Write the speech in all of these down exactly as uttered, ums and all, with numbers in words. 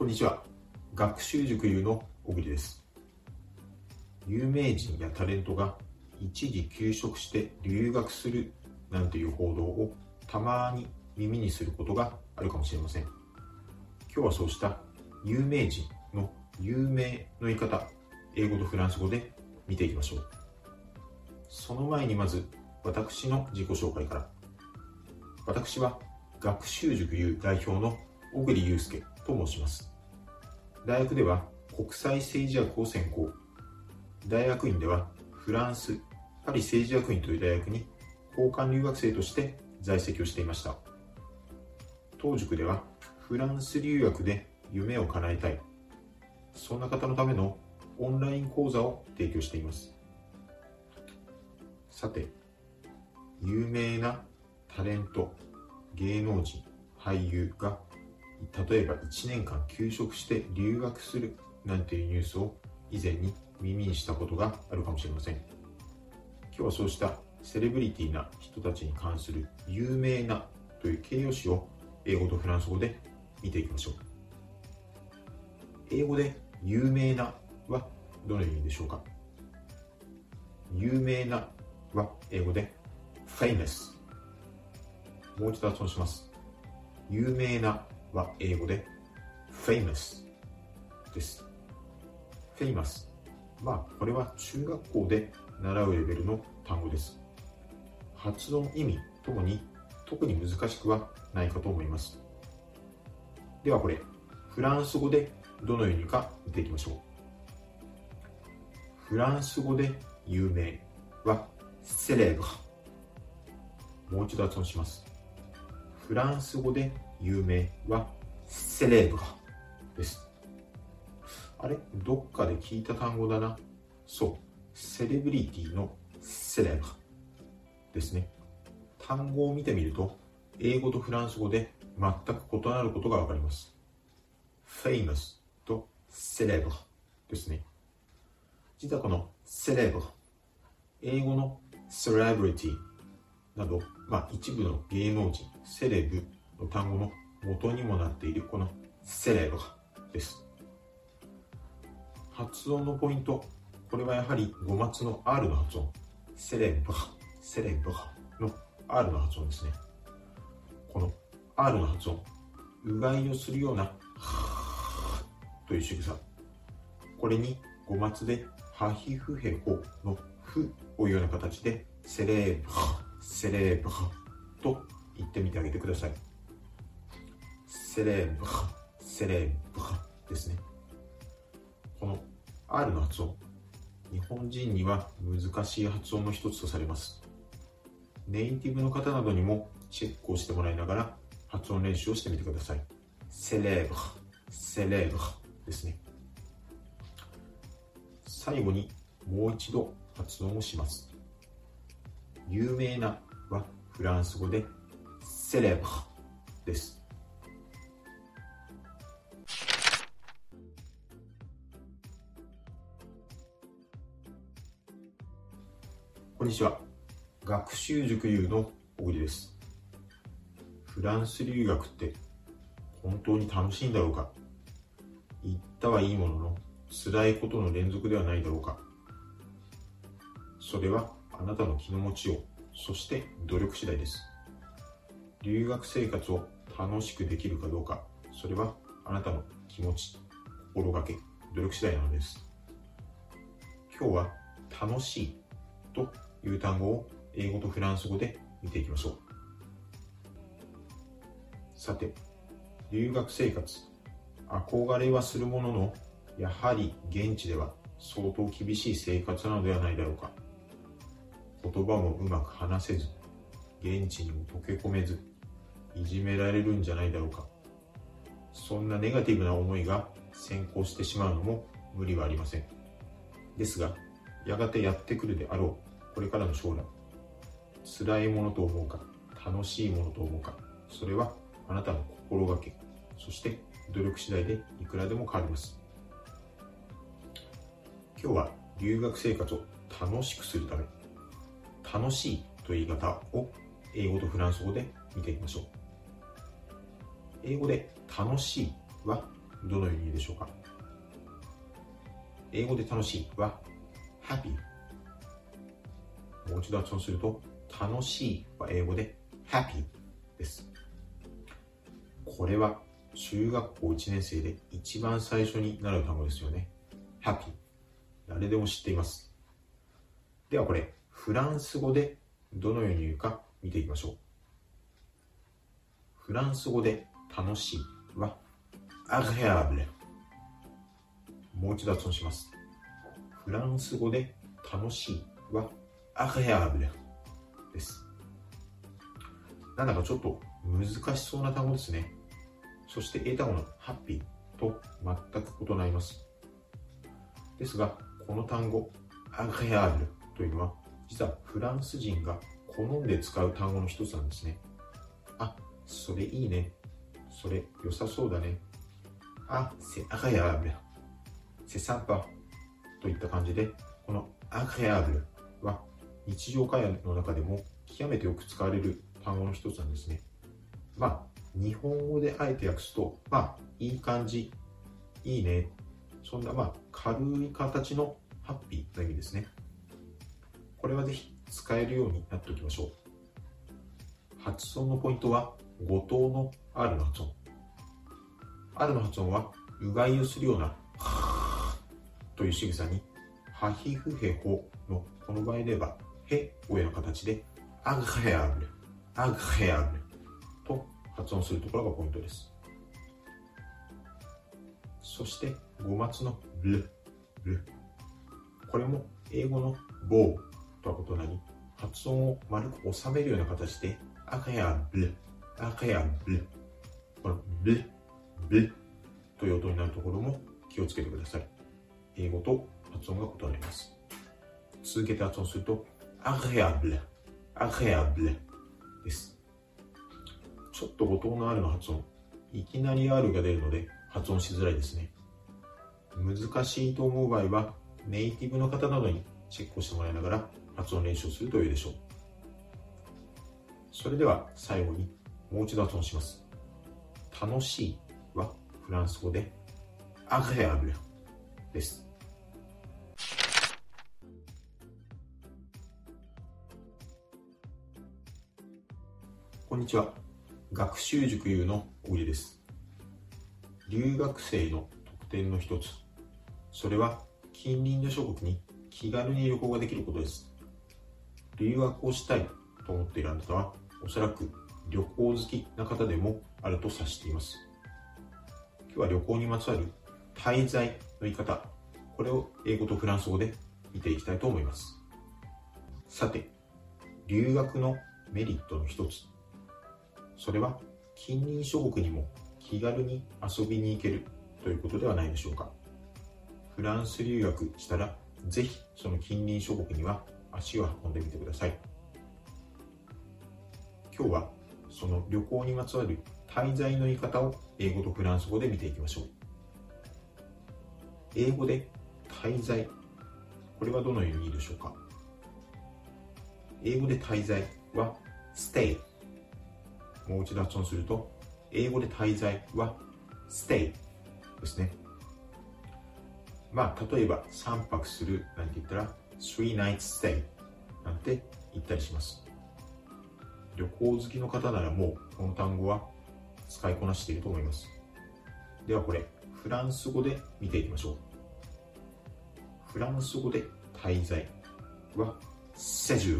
こんにちは。学習塾優の小栗です。有名人やタレントが一時休職して留学するなんていう報道をたまに耳にすることがあるかもしれません。今日はそうした有名人の有名の言い方、英語とフランス語で見ていきましょう。その前にまず私の自己紹介から。私は学習塾優代表の小栗祐介と申します。大学では国際政治学を専攻。大学院ではフランス・パリ政治学院という大学に交換留学生として在籍をしていました。当塾ではフランス留学で夢を叶えたい、そんな方のためのオンライン講座を提供しています。さて、有名なタレント、芸能人、俳優が例えばいちねんかん休職して留学するなんていうニュースを以前に耳にしたことがあるかもしれません。今日はそうしたセレブリティな人たちに関する有名なという形容詞を英語とフランス語で見ていきましょう。英語で有名なはどのように言うでしょうか。有名なは英語で famous。 もう一度発音します。有名なは英語で famous です。famous。まあこれは中学校で習うレベルの単語です。発音、意味ともに特に難しくはないかと思います。ではこれフランス語でどのようにか見ていきましょう。フランス語で有名はセレブ。もう一度発音します。フランス語で有名はセレブです。あれ、どっかで聞いた単語だな。そう、セレブリティのセレブですね。単語を見てみると英語とフランス語で全く異なることがわかります。famous とセレブですね。実はこのセレブ、英語のセレブリティなど、まあ、一部の芸能人、セレブの単語の元にもなっているこのセレブです。発音のポイント、これはやはり語末の R の発音、セレブ、セレブの R の発音ですね。この R の発音、うがいをするようなという仕草、これに語末でハヒフヘホのフをいうような形でセレブ、セレブと言ってみてあげてください。セレブ、セレブですね。この R の発音、日本人には難しい発音の一つとされます。ネイティブの方などにもチェックをしてもらいながら発音練習をしてみてください。セレブ、セレブですね。最後にもう一度発音をします。有名なはフランス語でセレブです。こんにちは。学習塾優の小栗です。フランス留学って本当に楽しいんだろうか。行ったはいいものの辛いことの連続ではないだろうか。それはあなたの気の持ちよう、そして努力次第です。留学生活を楽しくできるかどうか、それはあなたの気持ち、心がけ、努力次第なのです。今日は楽しいという単語を英語とフランス語で見ていきましょう。さて、留学生活、憧れはするものの、やはり現地では相当厳しい生活なのではないだろうか。言葉もうまく話せず、現地にも溶け込めず、いじめられるんじゃないだろうか。そんなネガティブな思いが先行してしまうのも無理はありません。ですが、やがてやってくるであろうこれからの将来、辛いものと思うか、楽しいものと思うか、それはあなたの心がけ、そして努力次第でいくらでも変わります。今日は留学生活を楽しくするため、楽しいという言い方を英語とフランス語で見ていきましょう。英語で楽しいはどのように言うでしょうか。英語で楽しいは happy。もう一度発音すると、楽しいは英語で happy です。これは中学校いちねん生で一番最初に習う単語ですよね。happy。誰でも知っています。ではこれ、フランス語でどのように言うか見ていきましょう。フランス語で楽しいは agréable。もう一度発音します。フランス語で楽しいは agréable です。なんだかちょっと難しそうな単語ですね。そして英単語の happy と全く異なります。ですが、この単語 agréable というのは実はフランス人が好んで使う単語の一つなんですね。あ、それいいね。それ良さそうだね。あ、c'est agréable。c'est sympa。といった感じで、この agréable は日常会話の中でも極めてよく使われる単語の一つなんですね。まあ、日本語であえて訳すと、まあ、いい感じ、いいね。そんな、まあ、軽い形のハッピーな意味ですね。これはぜひ使えるようになっておきましょう。発音のポイントは、語頭の R の発音。R の発音は、うがいをするような、という仕草に、ハヒフヘホのこの場合では、ヘをような形で、アグヘアブル、アグヘアブルと発音するところがポイントです。そして、語末のル、ル。これも英語のボーとは異なり、発音を丸く収めるような形で、アグヘアブル、アグヘアブル。このブ、ブという音になるところも気をつけてください。英語と発音が異なります。続けて発音すると、agréable、agréable です。ちょっと語頭の R の発音、いきなり R が出るので発音しづらいですね。難しいと思う場合は、ネイティブの方などにチェックをしてもらいながら発音練習をすると良いでしょう。それでは最後にもう一度発音します。楽しいはフランス語で agréable です。こんにちは。学習塾 U の小栗です。留学生の特典の一つ、それは近隣の諸国に気軽に旅行ができることです。留学をしたいと思っているあなたは、おそらく旅行好きな方でもあると察しています。今日は旅行にまつわる滞在の言い方、これを英語とフランス語で見ていきたいと思います。さて、留学のメリットの一つ、それは近隣諸国にも気軽に遊びに行けるということではないでしょうか。フランス留学したら、ぜひその近隣諸国には足を運んでみてください。今日はその旅行にまつわる滞在の言い方を英語とフランス語で見ていきましょう。英語で滞在、これはどのように言うでしょうか。英語で滞在は stay。もう一度発音すると、英語で滞在は stay ですね。まあ、例えばさんぱくするなんて言ったら three nights stay なんて言ったりします。旅行好きの方ならもうこの単語は使いこなしていると思います。ではこれ、フランス語で見ていきましょう。フランス語で滞在は séjour。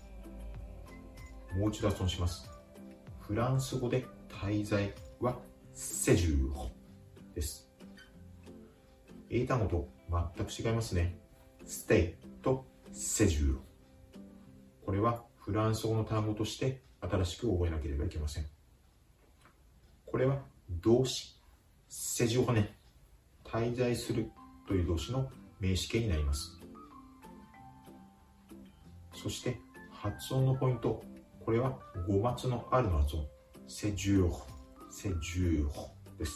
もう一度発音します。フランス語で滞在は séjour です。英単語と全く違いますね。stay と séjour。これはフランス語の単語として新しく覚えなければいけません。これは動詞、séjourner、滞在するという動詞の名詞形になります。そして発音のポイント、これは語末の R の発音、séjour、séjour です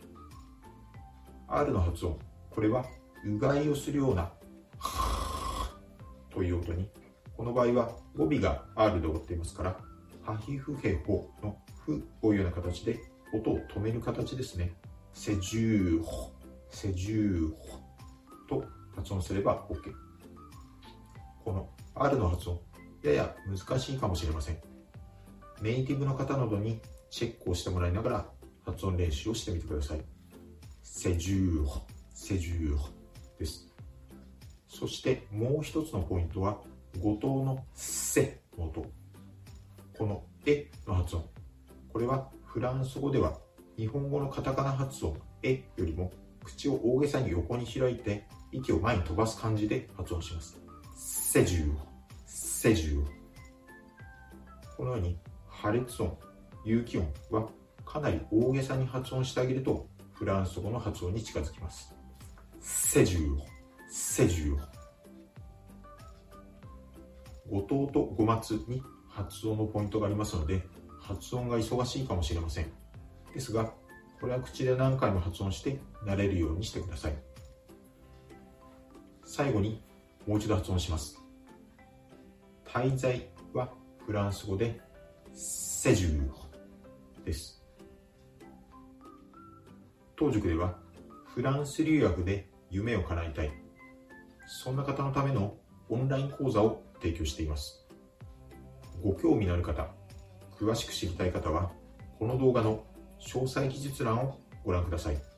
。R の発音、これはうがいをするようなという音に、この場合は語尾が R で終わっていますから、ハヒフヘホのフをいうような形で音を止める形ですね。 セジューホ、セジューホと発音すれば OK。この R の発音、やや難しいかもしれません。ネイティブの方などにチェックをしてもらいながら発音練習をしてみてください。セジューホ、セジューホです。そしてもう一つのポイントは、語頭のセの音。このえの発音。これはフランス語では日本語のカタカナ発音えよりも口を大げさに横に開いて息を前に飛ばす感じで発音します。セジューホ、セジューホ。このように破裂音、有機音はかなり大げさに発音してあげるとフランス語の発音に近づきます。セジューホ、セジューホ。語頭と語末に発音のポイントがありますので、発音が忙しいかもしれません。ですが、これは口で何回も発音して慣れるようにしてください。最後にもう一度発音します。滞在はフランス語でセジューホです。当塾ではフランス留学で夢を叶えたい、そんな方のためのオンライン講座を提供しています。ご興味のある方、詳しく知りたい方はこの動画の詳細記述欄をご覧ください。